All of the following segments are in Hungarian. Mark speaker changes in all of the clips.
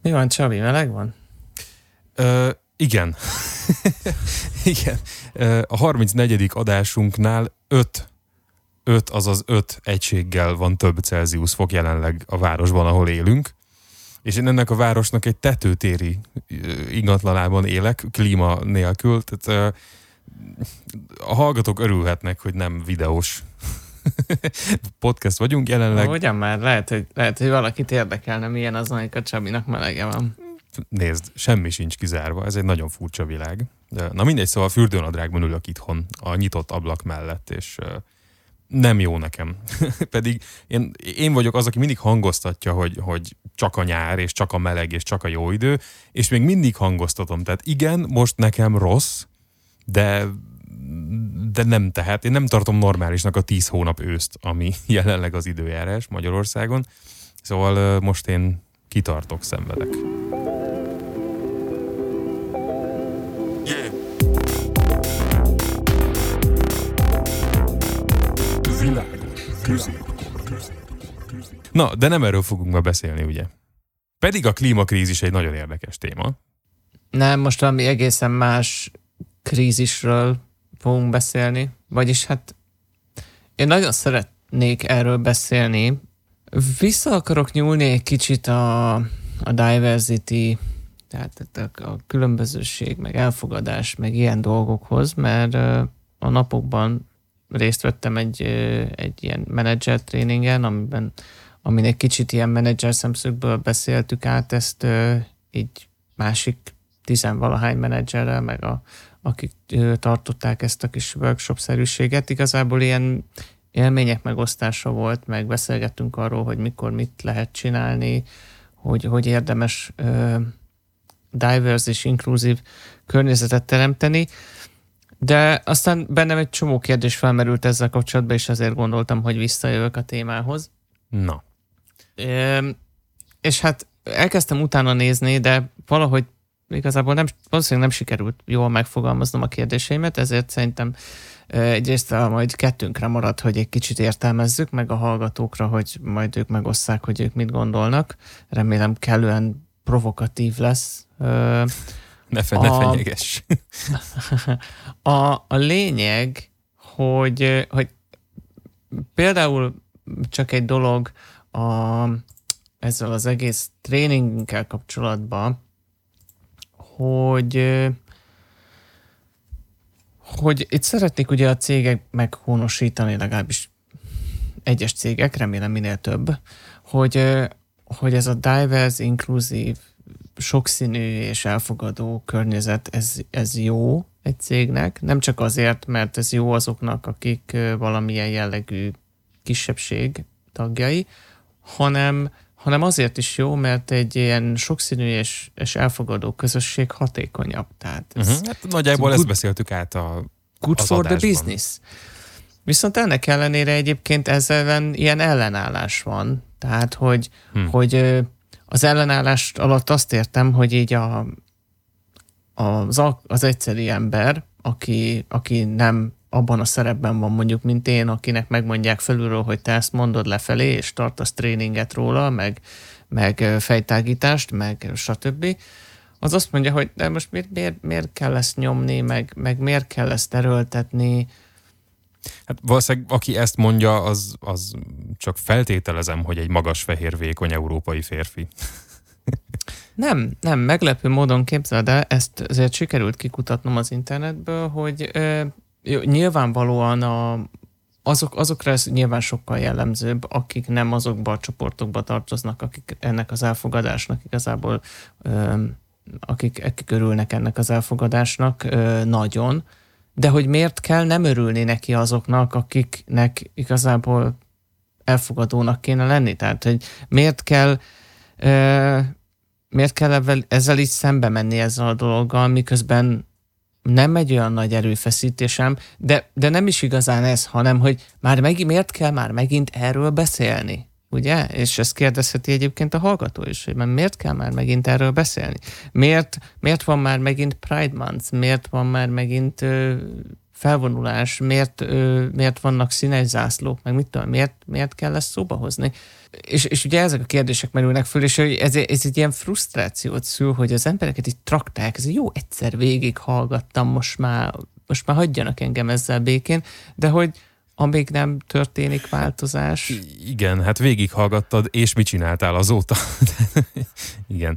Speaker 1: Mi van, Csabi, meleg van?
Speaker 2: Igen. Igen. A 34. adásunknál 5 egységgel van több Celsius fok jelenleg a városban, ahol élünk. És én ennek a városnak egy tetőtéri ingatlanában élek, klíma nélkül. Tehát a hallgatók örülhetnek, hogy nem videós podcast vagyunk jelenleg.
Speaker 1: Ugyan már, lehet, hogy valakit érdekelne, milyen az, amikor Csabinak melege van.
Speaker 2: Nézd, semmi sincs kizárva, ez egy nagyon furcsa világ. Na mindegy, szóval fürdőnadrágban ülök itthon, a nyitott ablak mellett, és nem jó nekem. Pedig én vagyok az, aki mindig hangoztatja, hogy csak a nyár, és csak a meleg, és csak a jó idő, és még mindig hangoztatom. Tehát igen, most nekem rossz, de nem tehet. Én nem tartom normálisnak a 10 hónap őszt, ami jelenleg az időjárás Magyarországon. Szóval most én kitartok, szenvedek. Na, de nem erről fogunk ma beszélni, ugye? Pedig a klímakrízis egy nagyon érdekes téma.
Speaker 1: Nem, most valami egészen más krízisről fogunk beszélni. Vagyis hát én nagyon szeretnék erről beszélni. Vissza akarok nyúlni egy kicsit a diversity, tehát a különbözőség, meg elfogadás, meg ilyen dolgokhoz, mert a napokban részt vettem egy ilyen menedzser tréningen, amin egy kicsit ilyen menedzser szemszögből beszéltük át ezt így másik 10-valahány menedzserrel, meg akik tartották ezt a kis workshop-szerűséget. Igazából ilyen élmények megosztása volt, meg beszélgettünk arról, hogy mikor mit lehet csinálni, hogy érdemes diverse és inkluzív környezetet teremteni. De aztán bennem egy csomó kérdés felmerült ezzel kapcsolatban, és azért gondoltam, hogy visszajövök a témához.
Speaker 2: Na.
Speaker 1: És hát elkezdtem utána nézni, de valahogy igazából valószínűleg nem sikerült jól megfogalmaznom a kérdéseimet, ezért szerintem egyrészt majd kettőnkre marad, hogy egy kicsit értelmezzük, meg a hallgatókra, hogy majd ők megosszák, hogy ők mit gondolnak. Remélem kellően provokatív lesz.
Speaker 2: Ne fenyegess.
Speaker 1: A lényeg, hogy például csak egy dolog ezzel az egész tréningünkkel kapcsolatban, hogy itt szeretnék ugye a cégek meghonosítani, legalábbis egyes cégek, remélem minél több, hogy ez a diverse, inkluzív, sokszínű és elfogadó környezet, ez jó egy cégnek, nem csak azért, mert ez jó azoknak, akik valamilyen jellegű kisebbség tagjai, hanem azért is jó, mert egy ilyen sokszínű és elfogadó közösség hatékonyabb. Tehát
Speaker 2: hát nagyjából ezt beszéltük át
Speaker 1: good
Speaker 2: az
Speaker 1: for
Speaker 2: adásban.
Speaker 1: the business. Viszont ennek ellenére egyébként ezzel ilyen ellenállás van. Tehát, hogy az ellenállás alatt azt értem, hogy így az egyszeri ember, aki nem abban a szerepben van mondjuk, mint én, akinek megmondják felülről, hogy te ezt mondod lefelé, és tartasz tréninget róla, meg fejtágítást, meg stb. Az azt mondja, hogy de most miért kell ezt nyomni, meg miért kell ezt erőltetni.
Speaker 2: Hát valószínűleg, aki ezt mondja, az csak feltételezem, hogy egy magas, fehér, vékony európai férfi.
Speaker 1: Nem, meglepő módon képzeld el, ezt azért sikerült kikutatnom az internetből, hogy nyilvánvalóan azokra ez nyilván sokkal jellemzőbb, akik nem azokba a csoportokba tartoznak, akik ennek az elfogadásnak igazából, akik örülnek ennek az elfogadásnak nagyon, de hogy miért kell nem örülni neki azoknak, akiknek igazából elfogadónak kéne lenni? Tehát, hogy miért kell ezzel így szembe menni ezzel a dologgal, miközben nem egy olyan nagy erőfeszítésem, de nem is igazán ez, hanem, hogy miért kell már megint erről beszélni, ugye? És ezt kérdezheti egyébként a hallgató is, hogy miért kell már megint erről beszélni? Miért van már megint Pride Month? Miért van már megint felvonulás, miért vannak színes zászlók, meg mit tudom, miért kell ezt szóba hozni. És ugye ezek a kérdések merülnek föl, és ez egy ilyen frusztrációt szül, hogy az embereket így traktálják, ez jó, egyszer végig hallgattam, most már hagyjanak engem ezzel békén, de hogy amíg nem történik változás.
Speaker 2: Igen, hát végighallgattad, és mit csináltál azóta? Igen.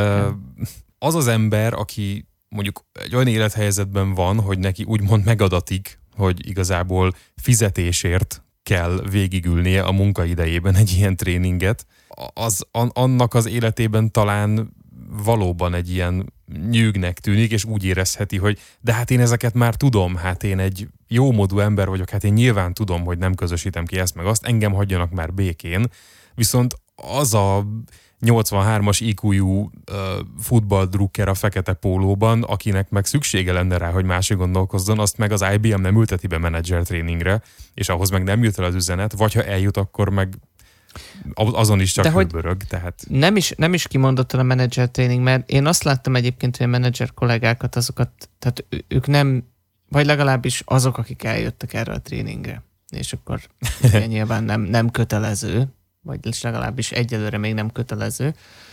Speaker 2: Az az ember, aki mondjuk egy olyan élethelyzetben van, hogy neki úgymond megadatik, hogy igazából fizetésért kell végigülnie a munkaidejében egy ilyen tréninget, annak az életében talán valóban egy ilyen nyűgnek tűnik, és úgy érezheti, hogy de hát én ezeket már tudom, hát én egy jómódú ember vagyok, hát én nyilván tudom, hogy nem közösítem ki ezt meg azt, engem hagyjanak már békén, viszont az a 83-as IQ-jú futballdrukker a fekete pólóban, akinek meg szüksége lenne rá, hogy másik gondolkozzon, azt meg az IBM nem ülteti be menedzser tréningre, és ahhoz meg nem jut el az üzenet, vagy ha eljut, akkor meg azon is csak hőbörög. Tehát...
Speaker 1: Nem is kimondottan a menedzser tréning, mert én azt láttam egyébként, hogy a menedzser kollégákat, azokat, tehát ők nem, vagy legalábbis azok, akik eljöttek erre a tréningre, és akkor nyilván nem kötelező, vagy legalábbis egyelőre még nem kötelező,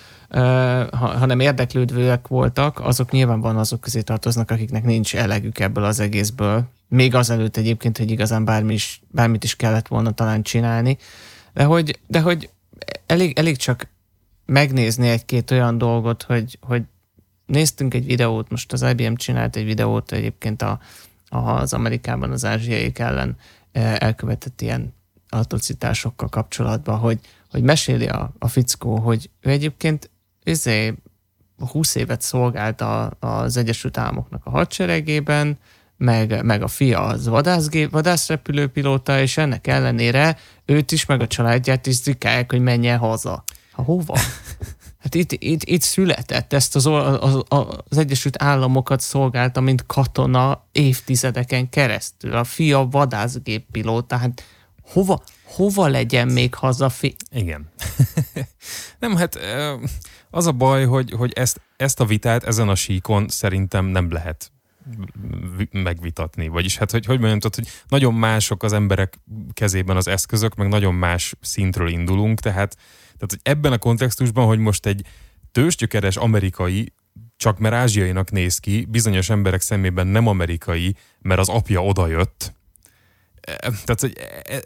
Speaker 1: hanem érdeklődőek voltak, azok nyilvánvalóan azok közé tartoznak, akiknek nincs elegük ebből az egészből. Még azelőtt egyébként, hogy igazán bármit is kellett volna talán csinálni, de hogy elég csak megnézni egy-két olyan dolgot, hogy néztünk egy videót, most az IBM csinált egy videót egyébként az Amerikában az ázsiaiak ellen elkövetett ilyen atrocitásokkal kapcsolatban, hogy meséli a fickó, hogy ő egyébként 20 évet szolgált az Egyesült Államoknak a hadseregében, meg a fia az vadászrepülőpilóta, és ennek ellenére őt is, meg a családját is zikálják, hogy menjen haza. Hova? Hát itt született, ezt az Egyesült Államokat szolgálta, mint katona évtizedeken keresztül. A fia vadászgéppilóta, hát hova legyen még hazafi?
Speaker 2: Igen. Nem, hát az a baj, hogy ezt a vitát ezen a síkon szerintem nem lehet megvitatni. Vagyis hát, hogy mondjam, hogy nagyon mások az emberek kezében az eszközök, meg nagyon más szintről indulunk, tehát hogy ebben a kontextusban, hogy most egy tőzsgyökeres amerikai, csak mert ázsiainak néz ki, bizonyos emberek szemében nem amerikai, mert az apja odajött. Tehát, hogy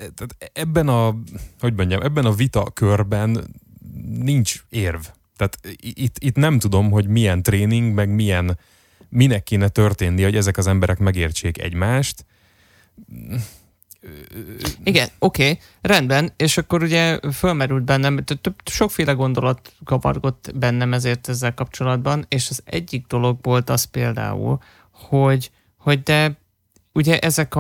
Speaker 2: ebben a vita körben nincs érv. Tehát itt nem tudom, hogy milyen tréning, meg minek kéne történni, hogy ezek az emberek megértsék egymást.
Speaker 1: Igen, oké, rendben, és akkor ugye fölmerült bennem, sokféle gondolat kavargott bennem ezért ezzel kapcsolatban, és az egyik dolog volt az például, hogy de ugye ezek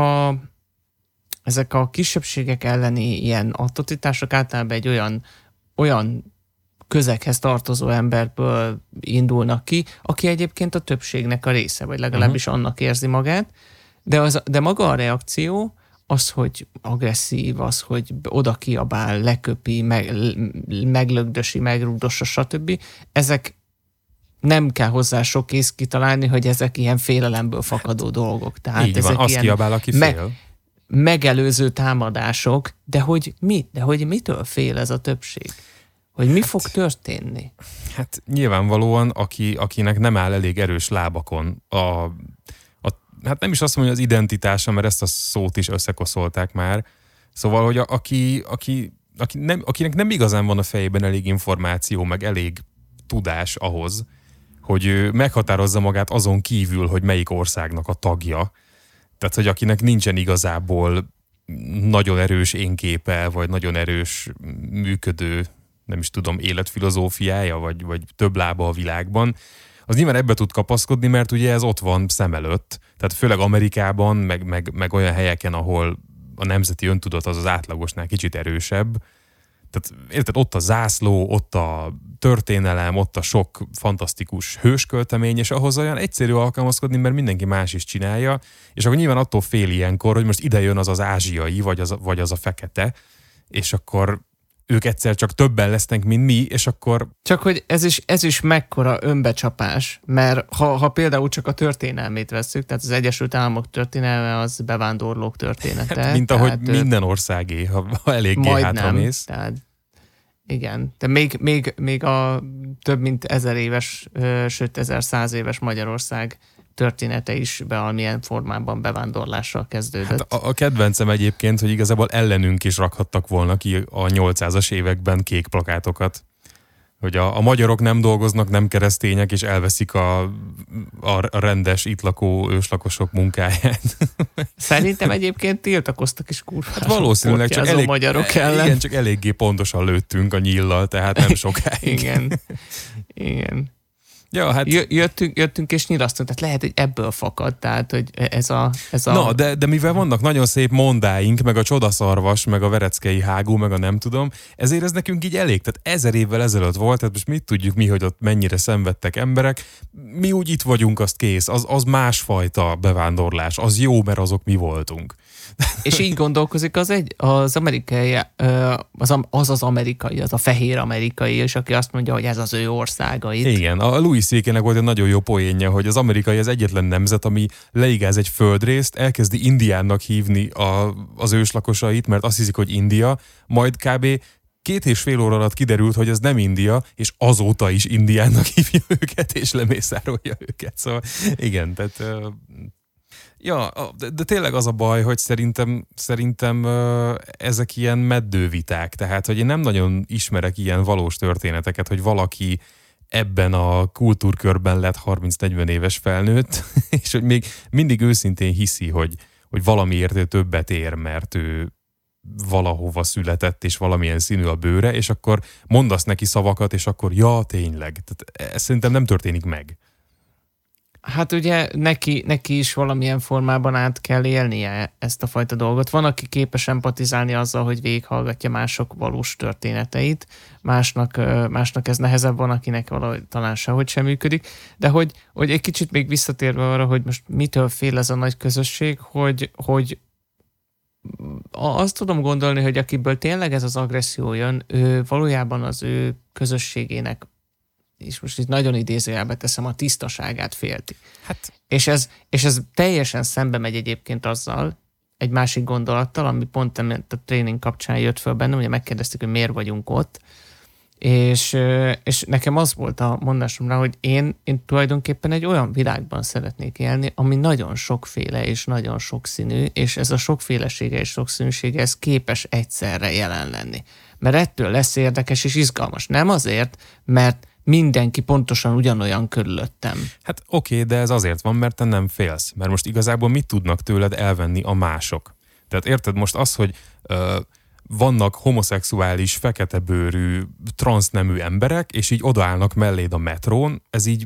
Speaker 1: a kisebbségek elleni ilyen atrocitások általában egy olyan közeghez tartozó emberből indulnak ki, aki egyébként a többségnek a része, vagy legalábbis annak érzi magát, de maga a reakció, az, hogy agresszív, az, hogy oda kiabál, leköpi, meglögdösi, megrúgdossa, stb. Ezek nem kell hozzá sok ész kitalálni, hogy ezek ilyen félelemből fakadó dolgok. Tehát
Speaker 2: így
Speaker 1: ezek
Speaker 2: van, azt
Speaker 1: ilyen
Speaker 2: kiabál, aki fél.
Speaker 1: Megelőző támadások, de hogy mitől fél ez a többség? Hogy mi fog történni?
Speaker 2: Hát nyilvánvalóan, akinek nem áll elég erős lábakon hát nem is azt mondja az identitása, mert ezt a szót is összekoszolták már. Szóval, hogy akinek nem igazán van a fejében elég információ, meg elég tudás ahhoz, hogy ő meghatározza magát azon kívül, hogy melyik országnak a tagja. Tehát, hogy akinek nincsen igazából nagyon erős énképe, vagy nagyon erős működő, nem is tudom, életfilozófiája, vagy több lába a világban, az nyilván ebbe tud kapaszkodni, mert ugye ez ott van szem előtt. Tehát főleg Amerikában, meg olyan helyeken, ahol a nemzeti öntudat az átlagosnál kicsit erősebb. Tehát érted, ott a zászló, ott a történelem, ott a sok fantasztikus hősköltemény, és ahhoz olyan egyszerű alkalmazkodni, mert mindenki más is csinálja, és akkor nyilván attól fél ilyenkor, hogy most ide jön az ázsiai, vagy az a fekete, és akkor ők egyszer csak többen lesznek, mint mi, és akkor...
Speaker 1: Csak hogy ez is mekkora önbecsapás, mert ha például csak a történelmét vesszük, tehát az Egyesült Államok történelme az bevándorlók története.
Speaker 2: Hát, mint ahogy minden országé, ha eléggé hátramész.
Speaker 1: Tehát igen, de még a több mint 1000 éves, sőt 1100 éves Magyarország története is valamilyen formában bevándorlással kezdődött.
Speaker 2: Hát a kedvencem egyébként, hogy igazából ellenünk is rakhattak volna ki a 800-as években kék plakátokat. Hogy a magyarok nem dolgoznak, nem keresztények, és elveszik a rendes, itt lakó őslakosok munkáját.
Speaker 1: Szerintem egyébként tiltakoztak is kurva.
Speaker 2: Hát valószínűleg csak
Speaker 1: magyarok ellen.
Speaker 2: Igen, csak eléggé pontosan lőttünk a nyíllal, tehát nem sokáig.
Speaker 1: Igen.
Speaker 2: Ja, hát...
Speaker 1: Jöttünk és nyilasztunk, tehát lehet, hogy ebből fakad, tehát hogy ez a...
Speaker 2: Na, de mivel vannak nagyon szép mondáink, meg a csodaszarvas, meg a vereckei hágó, meg a nem tudom, ezért ez nekünk így elég. Tehát 1000 évvel ezelőtt volt, tehát most mit tudjuk mi, hogy ott mennyire szenvedtek emberek. Mi úgy itt vagyunk, azt kész. Az másfajta bevándorlás. Az jó, mert azok mi voltunk.
Speaker 1: És így gondolkozik az amerikai, az amerikai, az a fehér amerikai, és aki azt mondja, hogy ez az ő országa itt.
Speaker 2: Igen, a Louis C.K.-nek volt egy nagyon jó poénja, hogy az amerikai az egyetlen nemzet, ami leigáz egy földrészt, elkezdi Indiánnak hívni az őslakosait, mert azt hiszik, hogy India, majd kb. 2,5 óra alatt kiderült, hogy ez nem India, és azóta is Indiánnak hívja őket, és lemészárolja őket. Szóval igen, tehát... Ja, de tényleg az a baj, hogy szerintem ezek ilyen meddőviták, tehát hogy én nem nagyon ismerek ilyen valós történeteket, hogy valaki ebben a kultúrkörben lett 30-40 éves felnőtt, és hogy még mindig őszintén hiszi, hogy valamiért ő többet ér, mert ő valahova született, és valamilyen színű a bőre, és akkor mondasz neki szavakat, és akkor ja, tényleg. Tehát ez szerintem nem történik meg.
Speaker 1: Hát ugye neki is valamilyen formában át kell élnie ezt a fajta dolgot. Van, aki képes empatizálni azzal, hogy végighallgatja mások valós történeteit, másnak ez nehezebb, van, akinek valahogy talán sehogy sem működik, de hogy egy kicsit még visszatérve arra, hogy most mitől fél ez a nagy közösség, hogy azt tudom gondolni, hogy akiből tényleg ez az agresszió jön, ő valójában az ő közösségének, és most itt nagyon idézőjelbe teszem, a tisztaságát félti. Hát. És ez teljesen szembe megy egyébként azzal, egy másik gondolattal, ami pont a tréning kapcsán jött föl bennem, ugye megkérdeztük, hogy miért vagyunk ott, és nekem az volt a mondásom rá, hogy én tulajdonképpen egy olyan világban szeretnék élni, ami nagyon sokféle és nagyon sokszínű, és ez a sokfélesége és sokszínűsége, ez képes egyszerre jelen lenni. Mert ettől lesz érdekes és izgalmas. Nem azért, mert mindenki pontosan ugyanolyan körülöttem.
Speaker 2: Hát oké, de ez azért van, mert te nem félsz. Mert most igazából mit tudnak tőled elvenni a mások? Tehát érted most az, hogy vannak homoszexuális, feketebőrű, transznemű emberek, és így odaállnak melléd a metrón, ez így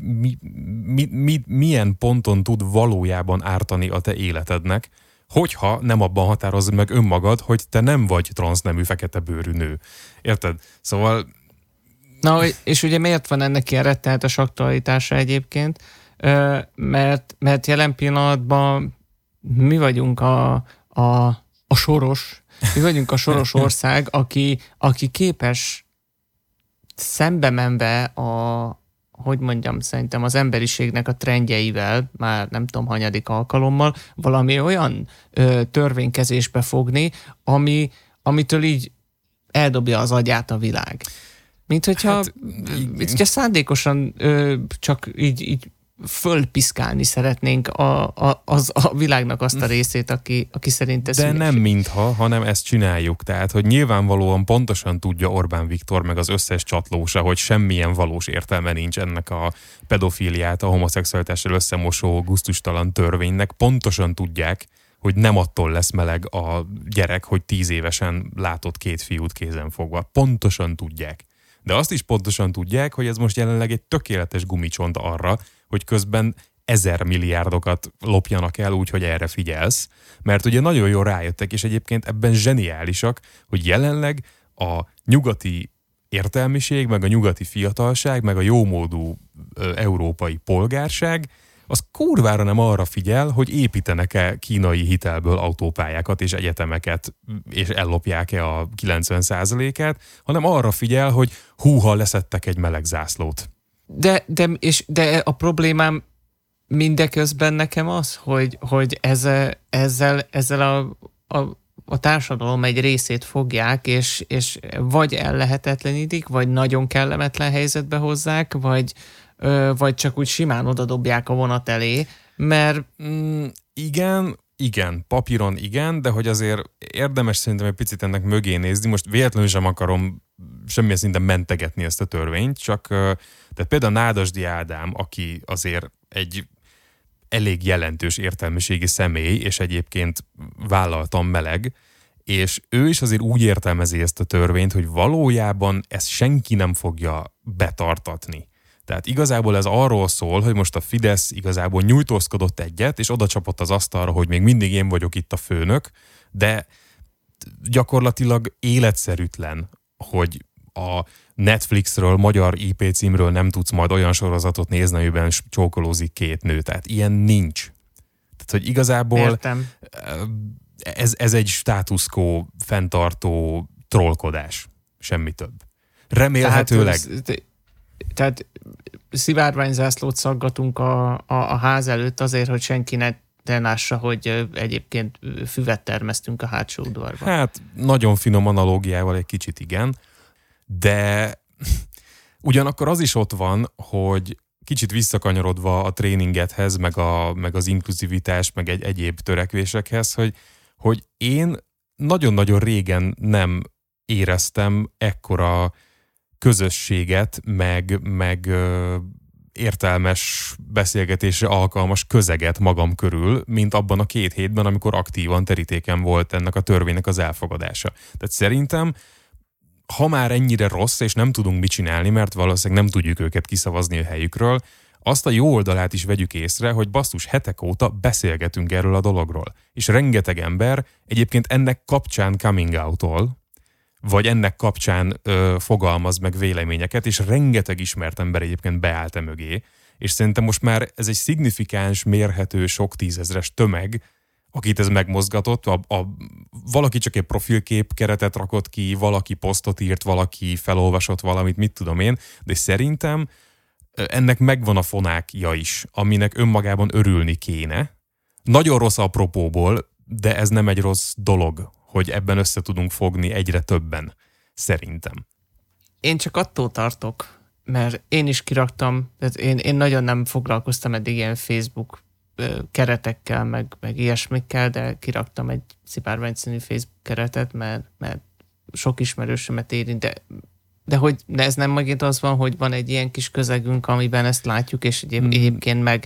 Speaker 2: milyen ponton tud valójában ártani a te életednek, hogyha nem abban határozod meg önmagad, hogy te nem vagy transznemű, feketebőrű nő. Érted? Szóval...
Speaker 1: Na, és ugye miért van ennek ilyen rettenetes aktualitása egyébként? Mert jelen pillanatban mi vagyunk a soros, mi vagyunk a soros ország, aki képes szembe menve szerintem az emberiségnek a trendjeivel, már nem tudom hanyadik alkalommal, valami olyan törvénykezésbe fogni, amitől így eldobja az agyát a világ. Mint hogyha szándékosan csak így fölpiszkálni szeretnénk a világnak azt a részét, aki szerint ez...
Speaker 2: De nem mintha, hanem ezt csináljuk. Tehát, hogy nyilvánvalóan pontosan tudja Orbán Viktor meg az összes csatlósa, hogy semmilyen valós értelme nincs ennek a pedofíliát, a homoszexualitással összemosó gusztustalan törvénynek. Pontosan tudják, hogy nem attól lesz meleg a gyerek, hogy 10 évesen látott 2 fiút kézen fogva. Pontosan tudják. De azt is pontosan tudják, hogy ez most jelenleg egy tökéletes gumicsont arra, hogy közben 1000 milliárdokat lopjanak el úgy, hogy erre figyelsz. Mert ugye nagyon jól rájöttek, és egyébként ebben zseniálisak, hogy jelenleg a nyugati értelmiség, meg a nyugati fiatalság, meg a jómódú európai polgárság, az kurvára nem arra figyel, hogy építenek-e kínai hitelből autópályákat és egyetemeket, és ellopják-e a 90%-át, hanem arra figyel, hogy húha, leszettek egy meleg zászlót.
Speaker 1: De a problémám mindeközben nekem az, hogy ezzel a társadalom egy részét fogják, és vagy ellehetetlenítik, vagy nagyon kellemetlen helyzetbe hozzák, vagy csak úgy simán odadobják a vonat elé, mert...
Speaker 2: Igen, papíron igen, de hogy azért érdemes szerintem egy picit ennek mögé nézni. Most véletlenül sem akarom semmilyen szinten mentegetni ezt a törvényt, csak tehát például Nádasdy Ádám, aki azért egy elég jelentős értelmiségi személy, és egyébként vállaltan meleg, és ő is azért úgy értelmezi ezt a törvényt, hogy valójában ezt senki nem fogja betartatni. Tehát igazából ez arról szól, hogy most a Fidesz igazából nyújtózkodott egyet, és oda csapott az asztalra, hogy még mindig én vagyok itt a főnök, de gyakorlatilag életszerűtlen, hogy a Netflixről, magyar IP címről nem tudsz majd olyan sorozatot nézni, amiben csókolózik két nő. Tehát ilyen nincs. Tehát, hogy igazából
Speaker 1: értem.
Speaker 2: Ez egy status quo fenntartó trollkodás. Semmi több. Remélhetőleg.
Speaker 1: Tehát szivárványzászlót szaggatunk a ház előtt azért, hogy senki ne lássa, hogy egyébként füvet termesztünk a hátsó udvarban.
Speaker 2: Hát nagyon finom analógiával egy kicsit igen, de ugyanakkor az is ott van, hogy kicsit visszakanyarodva a tréningethez, meg az inkluzivitás, meg egy egyéb törekvésekhez, hogy én nagyon-nagyon régen nem éreztem ekkora közösséget, meg értelmes beszélgetésre alkalmas közeget magam körül, mint abban a 2 hétben, amikor aktívan terítéken volt ennek a törvénynek az elfogadása. Tehát szerintem, ha már ennyire rossz, és nem tudunk mit csinálni, mert valószínűleg nem tudjuk őket kiszavazni a helyükről, azt a jó oldalát is vegyük észre, hogy basszus, hetek óta beszélgetünk erről a dologról. És rengeteg ember egyébként ennek kapcsán coming out-ol, vagy ennek kapcsán fogalmaz meg véleményeket, és rengeteg ismert ember egyébként beállt mögé, és szerintem most már ez egy szignifikáns, mérhető, sok tízezres tömeg, akit ez megmozgatott, valaki csak egy profilkép keretet rakott ki, valaki posztot írt, valaki felolvasott valamit, mit tudom én, de szerintem ennek megvan a fonákja is, aminek önmagában örülni kéne. Nagyon rossz apropóból, de ez nem egy rossz dolog, hogy ebben össze tudunk fogni egyre többen, szerintem.
Speaker 1: Én csak attól tartok, mert én is kiraktam, tehát én nagyon nem foglalkoztam eddig ilyen Facebook keretekkel, meg ilyesmikkel, de kiraktam egy szivárvány színű Facebook keretet, mert sok ismerősömet érint, de ez nem megint az van, hogy van egy ilyen kis közegünk, amiben ezt látjuk, és egyébként meg...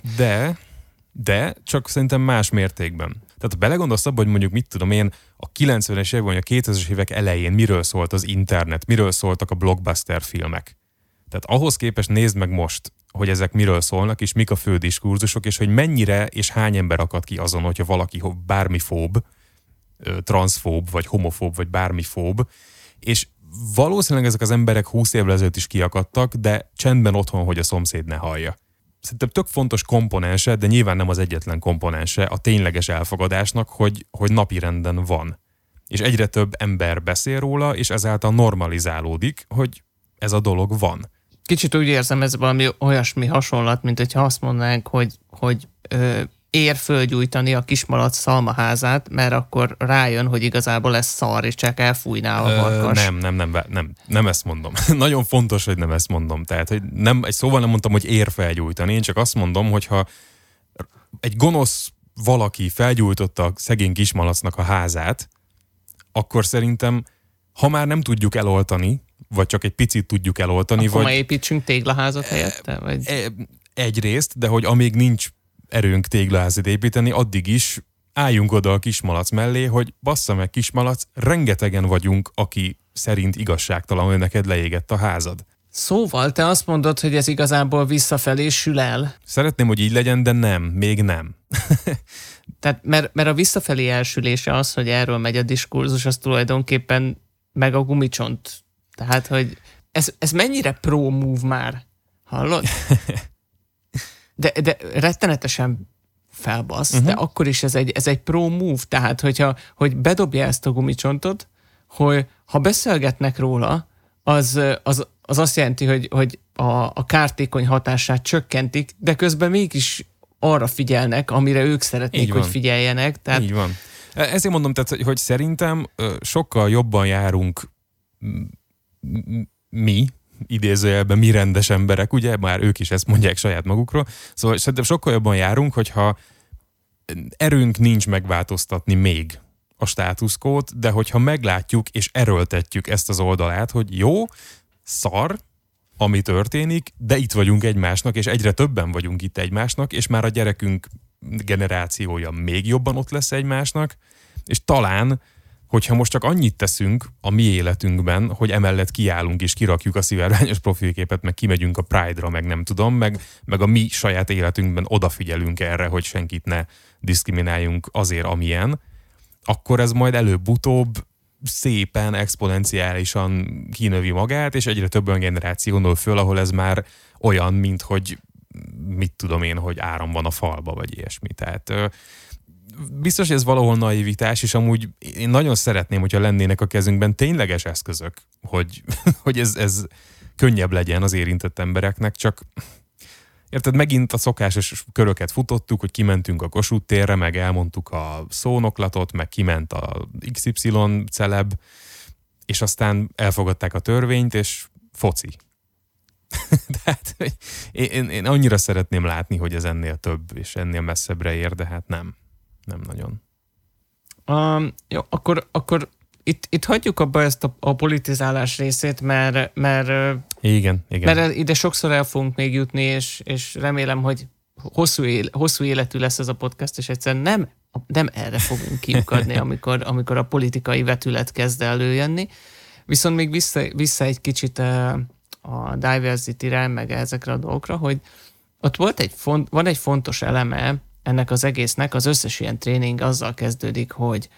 Speaker 2: De csak szerintem más mértékben. Tehát ha belegondolsz abba, hogy mondjuk mit tudom én, a 90-es években, vagy a 2000-es évek elején miről szólt az internet, miről szóltak a blockbuster filmek. Tehát ahhoz képest nézd meg most, hogy ezek miről szólnak, és mik a fő diskurzusok, és hogy mennyire és hány ember akad ki azon, hogyha valaki bármifób, transzfób, vagy homofób, vagy bármifób, és valószínűleg ezek az emberek 20 évvel ezelőtt is kiakadtak, de csendben otthon, hogy a szomszéd ne hallja. Szerintem tök fontos komponense, de nyilván nem az egyetlen komponense a tényleges elfogadásnak, hogy napirenden van. És egyre több ember beszél róla, és ezáltal normalizálódik, hogy ez a dolog van.
Speaker 1: Kicsit úgy érzem, ez valami olyasmi hasonlat, mint hogyha azt mondanánk, hogy ér fölgyújtani a kismalac szalmaházát, mert akkor rájön, hogy igazából ez szar, és csak elfújná a farkas.
Speaker 2: Nem ezt mondom. Nagyon fontos, hogy nem ezt mondom. Tehát, hogy egy szóval nem mondtam, hogy ér felgyújtani, én csak azt mondom, hogyha egy gonosz valaki felgyújtotta a szegény kismalacnak a házát, akkor szerintem, ha már nem tudjuk eloltani, vagy csak egy picit tudjuk eloltani,
Speaker 1: akkor
Speaker 2: vagy...
Speaker 1: építsünk téglaházat helyette? Vagy...
Speaker 2: Egyrészt, de hogy amíg nincs erőnk téglaházat építeni, addig is álljunk oda a kismalac mellé, hogy bassza meg kismalac, rengetegen vagyunk, aki szerint igazságtalan, hogy neked leégett a házad.
Speaker 1: Szóval te azt mondod, hogy ez igazából visszafelé sül el?
Speaker 2: Szeretném, hogy így legyen, de nem, még nem.
Speaker 1: Tehát, mert a visszafelé elsülése az, hogy erről megy a diskurzus, az tulajdonképpen meg a gumicsont. Tehát, hogy ez mennyire pro move már? Hallod? de rettenetesen felbasz, de akkor is ez egy pro move, tehát hogy bedobja ezt a gumicsontot, hogy ha beszélgetnek róla, az azt jelenti, hogy a kártékony hatását csökkentik, de közben mégis arra figyelnek, amire ők szeretnék, hogy figyeljenek. Tehát...
Speaker 2: Így van. Ezért mondom, tehát, hogy szerintem sokkal jobban járunk mi, idézőjelben mi rendes emberek, ugye, már ők is ezt mondják saját magukról, szóval szerintem sokkal jobban járunk, hogyha erőnk nincs megváltoztatni még a státuszkót, de hogyha meglátjuk és erőltetjük ezt az oldalát, hogy jó, szar, ami történik, de itt vagyunk egymásnak, és egyre többen vagyunk itt egymásnak, és már a gyerekünk generációja még jobban ott lesz egymásnak, és talán, hogyha most csak annyit teszünk a mi életünkben, hogy emellett kiállunk és kirakjuk a szivárványos profilképet, meg kimegyünk a Pride-ra, meg nem tudom, meg a mi saját életünkben odafigyelünk erre, hogy senkit ne diszkrimináljunk azért, amilyen, akkor ez majd előbb-utóbb szépen, exponenciálisan kinövi magát, és egyre több olyan generáció nő föl, ahol ez már olyan, mint hogy mit tudom én, hogy áram van a falba, vagy ilyesmi. Tehát biztos, hogy ez valahol naivitás, és amúgy én nagyon szeretném, hogyha lennének a kezünkben tényleges eszközök, hogy ez könnyebb legyen az érintett embereknek, csak érted, megint a szokásos köröket futottuk, hogy kimentünk a Kossuth térre, meg elmondtuk a szónoklatot, meg kiment a XY celeb, és aztán elfogadták a törvényt, és foci. Tehát én annyira szeretném látni, hogy ez ennél több, és ennél messzebbre ér, de hát nem nagyon.
Speaker 1: Jó, akkor itt hagyjuk abba ezt a politizálás részét, mert
Speaker 2: igen.
Speaker 1: Mert ide sokszor el fogunk még jutni, és remélem, hogy hosszú életű lesz ez a podcast, és egyszerűen nem erre fogunk kiukadni, amikor a politikai vetület kezd előjönni. Viszont még vissza egy kicsit a diversity-re, meg ezekre a dolgokra, hogy ott van egy fontos eleme ennek az egésznek, az összes ilyen tréning azzal kezdődik, hogy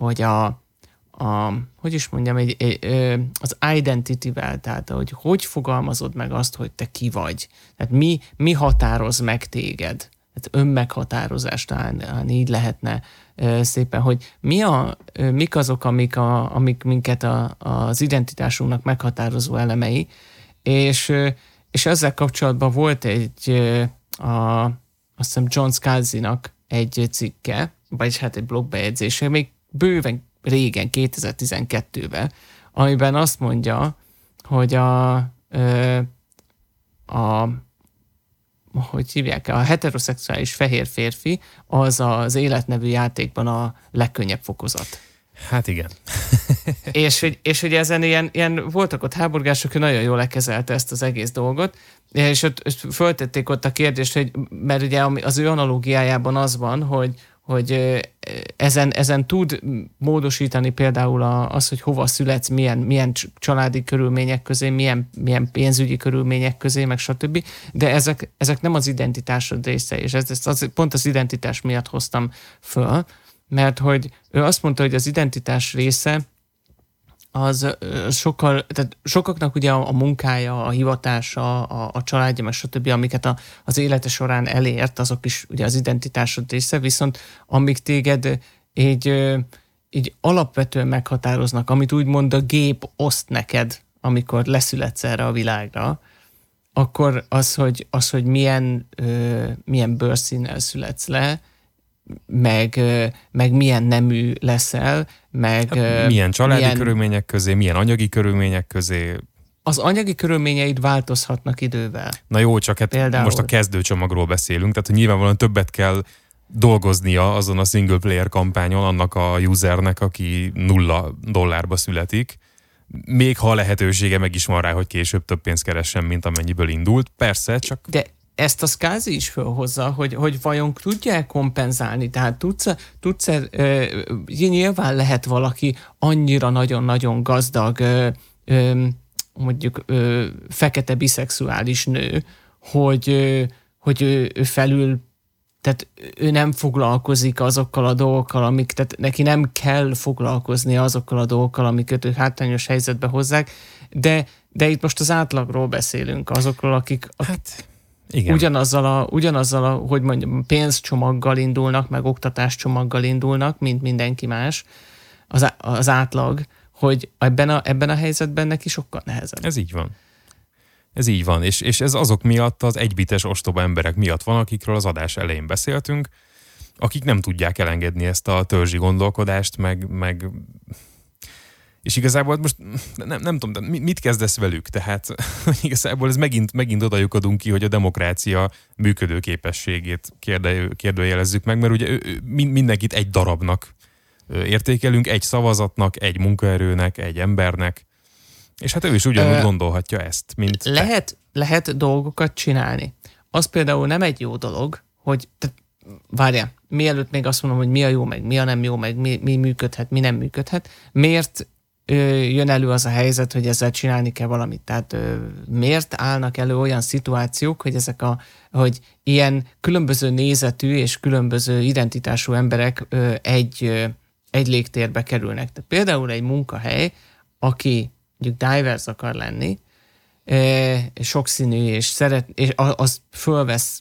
Speaker 1: hogy is mondjam, az identity-vel, tehát hogy fogalmazod meg azt, hogy te ki vagy. Tehát mi határoz meg téged? Tehát önmeghatározás, talán így lehetne szépen, hogy mik azok, amik minket az identitásunknak meghatározó elemei, és ezzel kapcsolatban volt azt hiszem John Scalzi-nak egy cikke, vagyis hát egy blogbejegyzése, még bőven régen, 2012-ben, amiben azt mondja, hogy hogy hívják, a heteroszexuális fehér férfi az életnevű játékban a legkönnyebb fokozat.
Speaker 2: Hát igen.
Speaker 1: és hogy ezen ilyen voltak ott háborgások, hogy nagyon jól lekezelte ezt az egész dolgot, és ott föltették ott a kérdést, hogy, mert ugye az ő analógiájában az van, hogy ezen tud módosítani például az, hogy hova születsz, milyen családi körülmények közé, milyen pénzügyi körülmények közé, meg stb. De ezek nem az identitásod része, és ezt pont az identitás miatt hoztam föl, mert hogy ő azt mondta, hogy az identitás része az tehát sokaknak ugye a munkája, a hivatása, a családja, meg stb., amiket az élete során elért, azok is ugye az identitásod része, viszont amik téged így alapvetően meghatároznak, amit úgymond a gép oszt neked, amikor leszületsz erre a világra, akkor az, hogy milyen bőrszínnel születsz le, meg milyen nemű leszel, meg...
Speaker 2: Milyen családi körülmények közé, milyen anyagi körülmények közé.
Speaker 1: Az anyagi körülményeid változhatnak idővel.
Speaker 2: Na jó, csak hát például most a kezdőcsomagról beszélünk, tehát hogy nyilvánvalóan többet kell dolgoznia azon a single player kampányon annak a usernek, aki $0 születik, még ha a lehetősége meg is van rá, hogy később több pénzt keressen, mint amennyiből indult. Persze, csak...
Speaker 1: De ezt a Scalzi is fölhozza, hogy vajon tudja kompenzálni, tehát tudsz nyilván lehet valaki annyira nagyon-nagyon gazdag, mondjuk fekete biszexuális nő, hogy ő felül, tehát ő nem foglalkozik azokkal a dolgokkal, tehát neki nem kell foglalkozni azokkal a dolgokkal, amiket ő hátrányos helyzetbe hozzák, de itt most az átlagról beszélünk, azokról, akik...
Speaker 2: Hát... Igen.
Speaker 1: Ugyanazzal a, hogy mondjam, pénzcsomaggal indulnak, meg oktatáscsomaggal indulnak, mint mindenki más, az átlag, hogy ebben a helyzetben neki sokkal nehezebb.
Speaker 2: Ez így van. Ez így van, és ez azok miatt, az egybites ostoba emberek miatt van, akikről az adás elején beszéltünk, akik nem tudják elengedni ezt a törzsi gondolkodást, meg és igazából most nem tudom, mit kezdesz velük? Tehát igazából ez megint oda lyukadunk ki, hogy a demokrácia működőképességét kérdőjelezzük meg, mert ugye mindenkit egy darabnak értékelünk, egy szavazatnak, egy munkaerőnek, egy embernek, és hát ő is ugyanúgy gondolhatja ezt, mint
Speaker 1: lehet dolgokat csinálni. Az például nem egy jó dolog, hogy várjál, mielőtt még azt mondom, hogy mi a jó, meg mi a nem jó, meg mi működhet, mi nem működhet, miért jön elő az a helyzet, hogy ezzel csinálni kell valamit? Tehát miért állnak elő olyan szituációk, hogy hogy ilyen különböző nézetű és különböző identitású emberek egy légtérbe kerülnek? Tehát például egy munkahely, aki mondjuk diverse akar lenni, sokszínű, és az fölvesz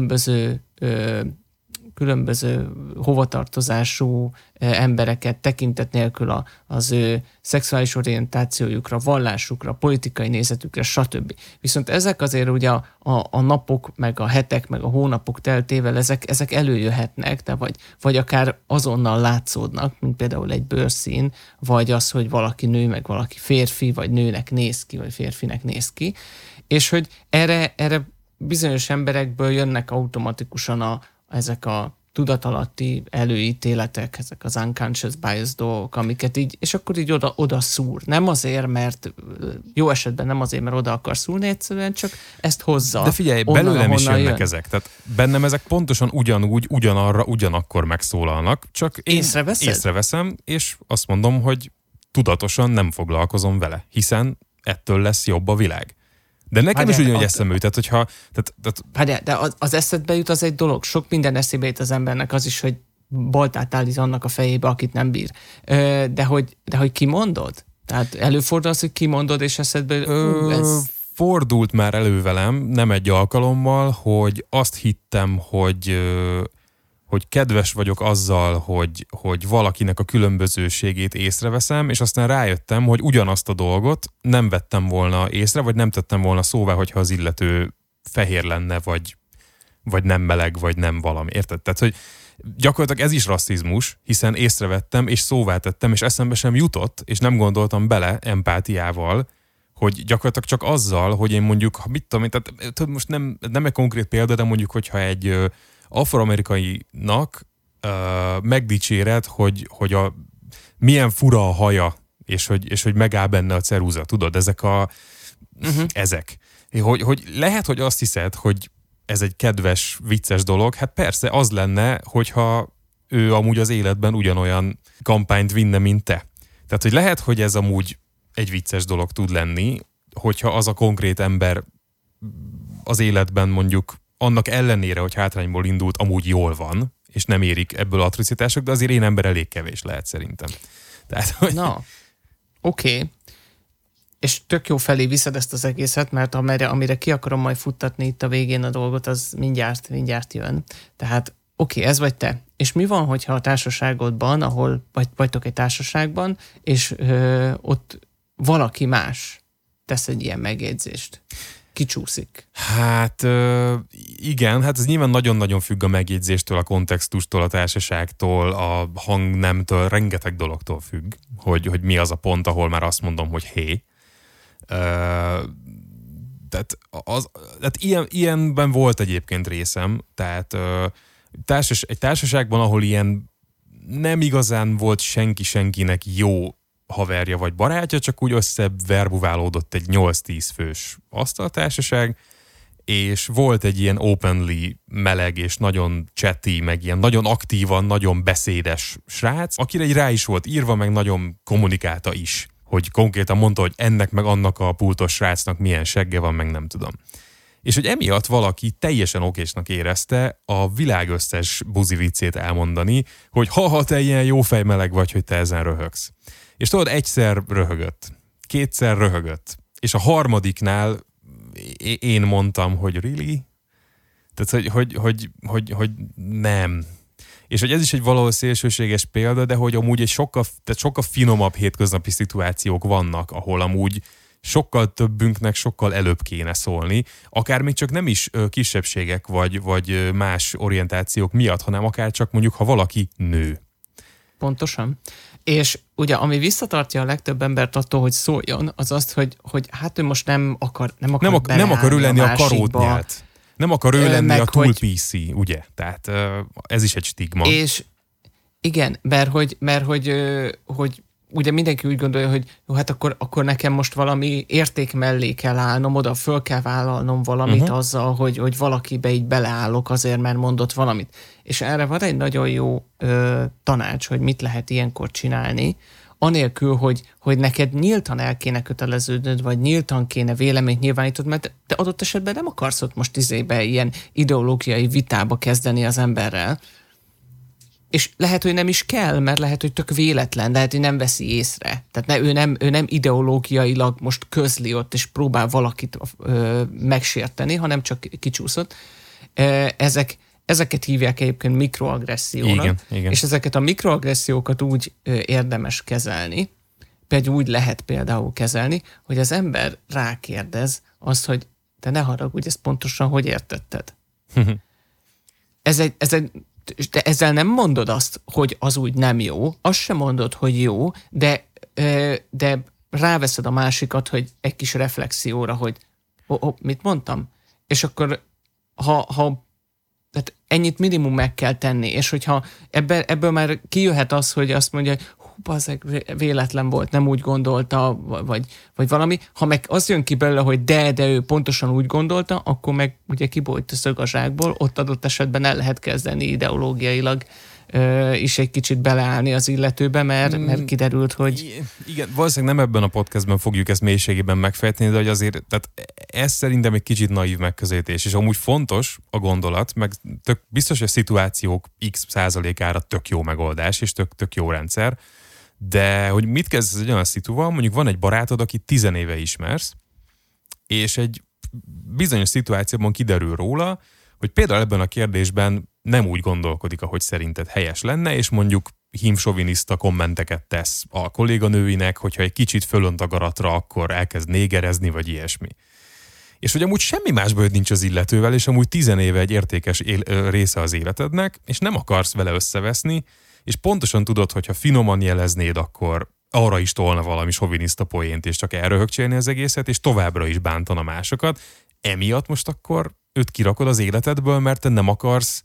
Speaker 1: különböző hovatartozású embereket tekintet nélkül az ő szexuális orientációjukra, vallásukra, politikai nézetükre, stb. Viszont ezek azért ugye a napok, meg a hetek, meg a hónapok teltével ezek előjöhetnek, de vagy akár azonnal látszódnak, mint például egy bőrszín, vagy az, hogy valaki nő, meg valaki férfi, vagy nőnek néz ki, vagy férfinek néz ki. És hogy erre bizonyos emberekből jönnek automatikusan ezek a tudatalatti előítéletek, ezek az unconscious bias dolgok, amiket így, és akkor így oda szúr. Nem azért, mert jó esetben nem azért, mert oda akar szúrni, egyszerűen csak ezt hozza.
Speaker 2: De figyelj, belőlem is jönnek ezek. Tehát bennem ezek pontosan ugyanúgy, ugyanarra, ugyanakkor megszólalnak, csak én észreveszem, és azt mondom, hogy tudatosan nem foglalkozom vele, hiszen ettől lesz jobb a világ. De nekem is ugyanúgy eszembe jut, tehát hogyha...
Speaker 1: De az eszedbe jut, az egy dolog. Sok minden eszébe jut az embernek, az is, hogy baltát állít annak a fejébe, akit nem bír. De hogy kimondod? Tehát előfordul az, hogy kimondod, és eszedbe...
Speaker 2: Fordult már elő velem, nem egy alkalommal, hogy azt hittem, hogy kedves vagyok azzal, hogy valakinek a különbözőségét észreveszem, és aztán rájöttem, hogy ugyanazt a dolgot nem vettem volna észre, vagy nem tettem volna szóvá, hogyha az illető fehér lenne, vagy nem meleg, vagy nem valami. Érted? Tehát, hogy gyakorlatilag ez is rasszizmus, hiszen észrevettem, és szóvá tettem, és eszembe sem jutott, és nem gondoltam bele empátiával, hogy gyakorlatilag csak azzal, hogy én mondjuk, mit tudom, tehát most nem egy konkrét példa, de mondjuk, hogyha egy afroamerikainak megdicséred, hogy milyen fura a haja, és hogy megáll benne a ceruza, tudod, ezek ezek. Hogy lehet, hogy azt hiszed, hogy ez egy kedves, vicces dolog, hát persze az lenne, hogyha ő amúgy az életben ugyanolyan kampányt vinne, mint te. Tehát, hogy lehet, hogy ez amúgy egy vicces dolog tud lenni, hogyha az a konkrét ember az életben mondjuk annak ellenére, hogy hátrányból indult, amúgy jól van, és nem érik ebből atrocitások, de azért én ember elég kevés lehet szerintem. Tehát, hogy...
Speaker 1: Na, oké. És tök jó felé viszed ezt az egészet, mert amire ki akarom majd futtatni itt a végén a dolgot, az mindjárt jön. Tehát oké, ez vagy te. És mi van, hogyha a társaságodban, ahol vagytok egy társaságban, és ott valaki más tesz egy ilyen megjegyzést? Kicsúszik.
Speaker 2: Hát igen, hát ez nyilván nagyon-nagyon függ a megjegyzéstől, a kontextustól, a társaságtól, a hangnemtől, rengeteg dologtól függ, hogy mi az a pont, ahol már azt mondom, hogy hé. Tehát ilyenben volt egyébként részem, tehát egy társaságban, ahol ilyen nem igazán volt senkinek jó haverja vagy barátja, csak úgy összeverbuválódott egy 8-10 fős asztaltársaság, és volt egy ilyen openly meleg és nagyon chatty, meg ilyen nagyon aktívan, nagyon beszédes srác, akire egy rá is volt írva, meg nagyon kommunikálta is, hogy konkrétan mondta, hogy ennek meg annak a pultos srácnak milyen segge van, meg nem tudom. És hogy emiatt valaki teljesen okésnak érezte a világ összes buzi viccét elmondani, hogy ha te ilyen jó fejmeleg vagy, hogy te ezen röhögsz. És tudod, egyszer röhögött, kétszer röhögött, és a harmadiknál én mondtam, hogy really? Tehát, hogy nem. És hogy ez is egy valahol szélsőséges példa, de hogy amúgy sokkal finomabb hétköznapi szituációk vannak, ahol amúgy sokkal többünknek sokkal előbb kéne szólni, akár még csak nem is kisebbségek vagy más orientációk miatt, hanem akár csak mondjuk, ha valaki nő.
Speaker 1: Pontosan. És ugye, ami visszatartja a legtöbb embert attól, hogy szóljon, az azt, hogy hát ő most nem akar
Speaker 2: ő lenni a karótnyelt. Nem akar ő lenni a túl PC, ugye? Tehát ez is egy stigma.
Speaker 1: És igen, mert hogy ugye mindenki úgy gondolja, hogy jó, hát akkor nekem most valami érték mellé kell állnom, oda föl kell vállalnom valamit azzal, hogy valakibe így beleállok azért, mert mondott valamit. És erre van egy nagyon jó tanács, hogy mit lehet ilyenkor csinálni, anélkül, hogy neked nyíltan el kéne köteleződnöd, vagy nyíltan kéne véleményt nyilvánítod, mert te adott esetben nem akarsz ott most ilyen ideológiai vitába kezdeni az emberrel, és lehet, hogy nem is kell, mert lehet, hogy tök véletlen, lehet, hogy nem veszi észre. Tehát ő nem ideológiailag most közli ott, és próbál valakit megsérteni, hanem csak kicsúszott. Ezeket hívják egyébként mikroagressziónak.
Speaker 2: Igen.
Speaker 1: És ezeket a mikroagressziókat úgy érdemes kezelni, úgy lehet például kezelni, hogy az ember rákérdez azt, hogy te ne haragudj, ezt pontosan hogy értetted? De ezzel nem mondod azt, hogy az úgy nem jó, azt sem mondod, hogy jó, de ráveszed a másikat, hogy egy kis reflexióra, hogy mit mondtam? És akkor tehát ennyit minimum meg kell tenni, és hogyha ebből már kijöhet az, hogy azt mondja, hogy bazzeg, véletlen volt, nem úgy gondolta, vagy valami. Ha meg az jön ki belőle, hogy de ő pontosan úgy gondolta, akkor meg ugye kibojt a szög a zsákból, ott adott esetben el lehet kezdeni ideológiailag is egy kicsit beleállni az illetőbe, mert kiderült, hogy...
Speaker 2: Igen, valószínűleg nem ebben a podcastben fogjuk ezt mélységében megfejteni, de hogy azért, tehát ez szerintem egy kicsit naív megközelítés, és amúgy fontos a gondolat, meg biztos, hogy a szituációk x%-ára tök jó megoldás, és tök jó rendszer, de hogy mit kezdesz egy olyan szituval, mondjuk van egy barátod, aki 10 éve ismersz, és egy bizonyos szituációban kiderül róla, hogy például ebben a kérdésben nem úgy gondolkodik, ahogy szerinted helyes lenne, és mondjuk hímsoviniszta kommenteket tesz a kolléganőinek, hogyha egy kicsit fölönt a garatra, akkor elkezd négerezni, vagy ilyesmi. És hogy amúgy semmi más bajod nincs az illetővel, és amúgy 10 éve egy értékes része az életednek, és nem akarsz vele összeveszni, és pontosan tudod, hogyha finoman jeleznéd, akkor arra is tolna valami soviniszta poént, és csak elröhögcsélni az egészet, és továbbra is bántana másokat. Emiatt most akkor őt kirakod az életedből, mert te nem akarsz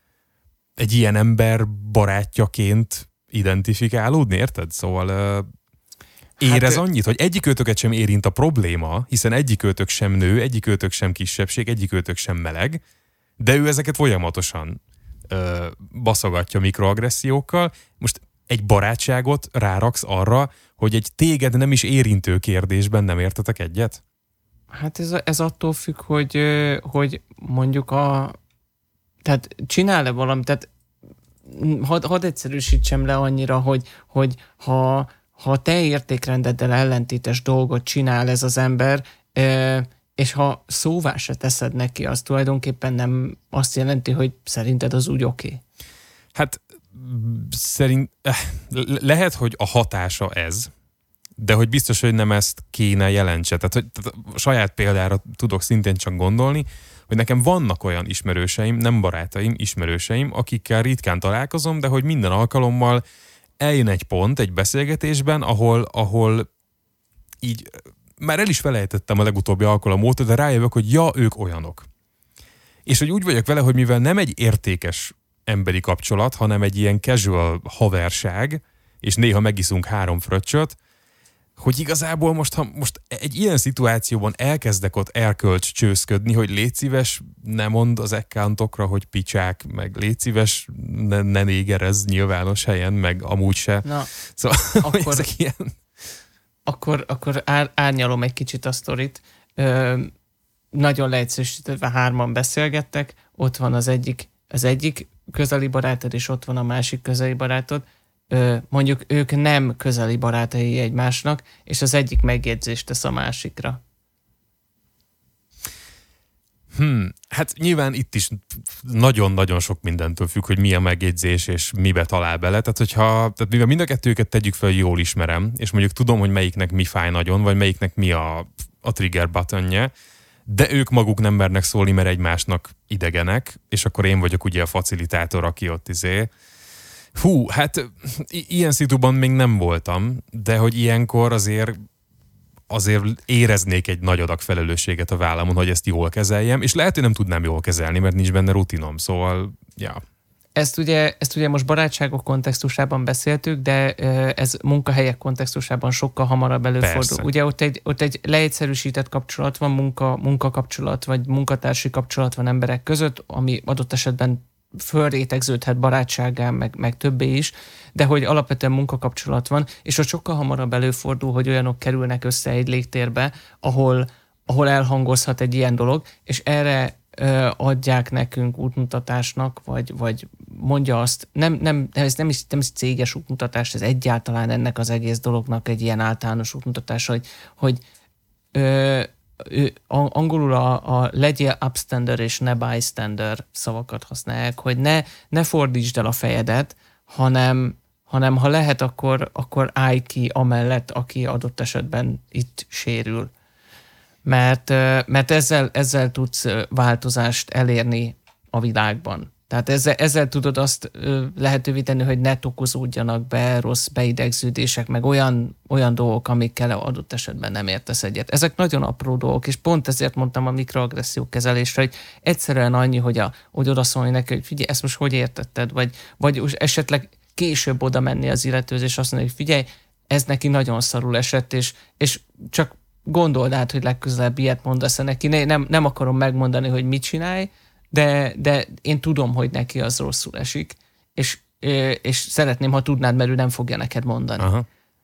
Speaker 2: egy ilyen ember barátjaként identifikálódni, érted? Szóval érez annyit, hogy egyikőtöket sem érint a probléma, hiszen egyikőtök sem nő, egyikőtök sem kisebbség, egyikőtök sem meleg, de ő ezeket folyamatosan baszogatja mikroagressziókkal. Most egy barátságot ráraksz arra, hogy egy téged nem is érintő kérdésben nem értetek egyet?
Speaker 1: Hát ez attól függ, hogy mondjuk tehát csinál-e valamit, tehát hadd egyszerűsítsem le annyira, hogy ha te értékrendeddel ellentétes dolgot csinál ez az ember, és ha szóvá se teszed neki, az tulajdonképpen nem azt jelenti, hogy szerinted az úgy oké.
Speaker 2: Hát lehet, hogy a hatása ez, de hogy biztos, hogy nem ezt kéne jelentse. Tehát a saját példára tudok szintén csak gondolni, hogy nekem vannak olyan ismerőseim, nem barátaim, ismerőseim, akikkel ritkán találkozom, de hogy minden alkalommal eljön egy pont egy beszélgetésben, ahol így már el is felejtettem a legutóbbi alkalom óta, de rájövök, hogy ja, ők olyanok. És hogy úgy vagyok vele, hogy mivel nem egy értékes emberi kapcsolat, hanem egy ilyen casual haverság, és néha megiszunk 3 fröccsöt, hogy igazából most egy ilyen szituációban elkezdek ott erkölcs csőszködni, hogy légy szíves, ne mondd az accountokra, hogy picsák, meg légy szíves, ne négerezz nyilvános helyen, meg amúgy se.
Speaker 1: Na,
Speaker 2: szóval
Speaker 1: akkor,
Speaker 2: ezek ilyen...
Speaker 1: akkor árnyalom egy kicsit a sztorit. Nagyon leegyszerűsítve 3-an beszélgettek, ott van az egyik közeli barátod, és ott van a másik közeli barátod. Mondjuk ők nem közeli barátai egymásnak, és az egyik megjegyzést tesz a másikra.
Speaker 2: Hát nyilván itt is nagyon-nagyon sok mindentől függ, hogy mi a megjegyzés, és mibe talál bele. Tehát mivel mind a kettőket tegyük fel, jól ismerem, és mondjuk tudom, hogy melyiknek mi fáj nagyon, vagy melyiknek mi a trigger buttonje, de ők maguk nem mernek szólni, mert egymásnak idegenek, és akkor én vagyok ugye a facilitátor, aki ott hát ilyen szituban még nem voltam, de hogy ilyenkor azért éreznék egy nagy adag felelősséget a vállamon, hogy ezt jól kezeljem, és lehet, hogy nem tudnám jól kezelni, mert nincs benne rutinom, szóval, ja.
Speaker 1: Ezt ugye most barátságok kontextusában beszéltük, de ez munkahelyek kontextusában sokkal hamarabb előfordul.
Speaker 2: Persze.
Speaker 1: Ugye ott egy leegyszerűsített kapcsolat van, munkakapcsolat, vagy munkatársi kapcsolat van emberek között, ami adott esetben fölrétegződhet barátságán, meg többé is, de hogy alapvetően munkakapcsolat van, és ott sokkal hamarabb előfordul, hogy olyanok kerülnek össze egy légtérbe, ahol elhangozhat egy ilyen dolog, és erre adják nekünk útmutatásnak, vagy mondja azt, ez nem is céges útmutatás, ez egyáltalán ennek az egész dolognak egy ilyen általános útmutatás, hogy angolul a legyél upstander és ne bystander szavakat használják, hogy ne fordítsd el a fejedet, hanem ha lehet, akkor állj ki amellett, aki adott esetben itt sérül. Mert ezzel tudsz változást elérni a világban. Tehát ezzel tudod azt lehetővé tenni, hogy ne okozódjanak be rossz beidegződések, meg olyan dolgok, amikkel adott esetben nem értesz egyet. Ezek nagyon apró dolgok, és pont ezért mondtam a mikroagresszió kezelésre, hogy egyszerűen annyi, hogy odaszólni neki, hogy figyelj, ezt most hogy értetted, vagy esetleg később oda menni az illetőhöz, és azt mondani, hogy figyelj, ez neki nagyon szarul esett, és csak gondold át, hogy legközelebb ilyet mondasz neki. Nem akarom megmondani, hogy mit csinálj, de én tudom, hogy neki az rosszul esik, és szeretném, ha tudnád, mert ő nem fogja neked mondani. Aha.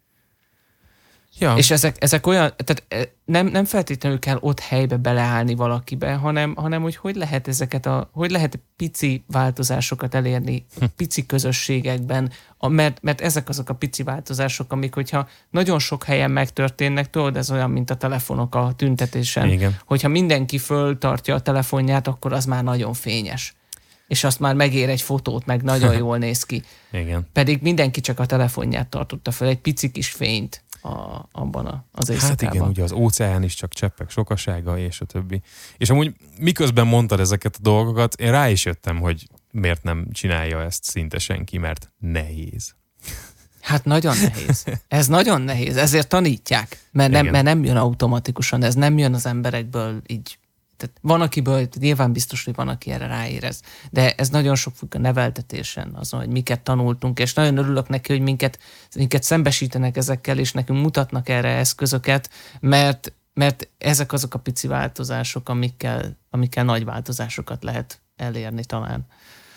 Speaker 1: Ja. És ezek olyan, tehát nem feltétlenül kell ott helybe beleállni valakibe, hanem hogy lehet pici változásokat elérni pici közösségekben, mert ezek azok a pici változások, amik, hogyha nagyon sok helyen megtörténnek, tudod, ez olyan, mint a telefonok a tüntetésen. Igen. Hogyha mindenki föltartja a telefonját, akkor az már nagyon fényes. És azt már megér egy fotót, meg nagyon jól néz ki.
Speaker 2: Igen.
Speaker 1: Pedig mindenki csak a telefonját tartotta fel, egy pici kis fényt abban az éjszakában.
Speaker 2: Hát igen, ugye az óceán is csak cseppek sokasága, és a többi. És amúgy miközben mondtad ezeket a dolgokat, én rá is jöttem, hogy miért nem csinálja ezt szinte senki, mert nehéz. Hát
Speaker 1: nagyon nehéz. Ez nagyon nehéz, ezért tanítják, mert nem jön automatikusan, ez nem jön az emberekből így. Tehát van, akiből, nyilván biztos, hogy van, aki erre ráérez, de ez nagyon sok függ a neveltetésen, azon, hogy miket tanultunk, és nagyon örülök neki, hogy minket szembesítenek ezekkel, és nekünk mutatnak erre eszközöket, mert ezek azok a pici változások, amikkel nagy változásokat lehet elérni talán.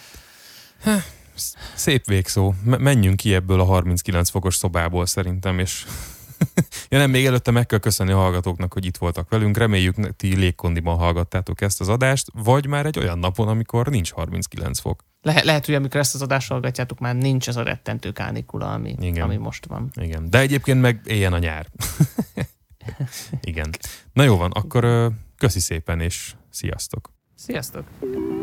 Speaker 2: Szép végszó. Menjünk ki ebből a 39 fokos szobából szerintem, és ja nem, még előtte meg kell köszönni a hallgatóknak, hogy itt voltak velünk. Reméljük, ti légkondiban hallgattátok ezt az adást, vagy már egy olyan napon, amikor nincs 39 fok.
Speaker 1: Lehet, hogy amikor ezt az adást hallgatjátok, már nincs az a rettentő kánikula, ami most van.
Speaker 2: Igen, de egyébként meg éljen a nyár. Igen. Na jó van, akkor köszi szépen, és sziasztok.
Speaker 1: Sziasztok.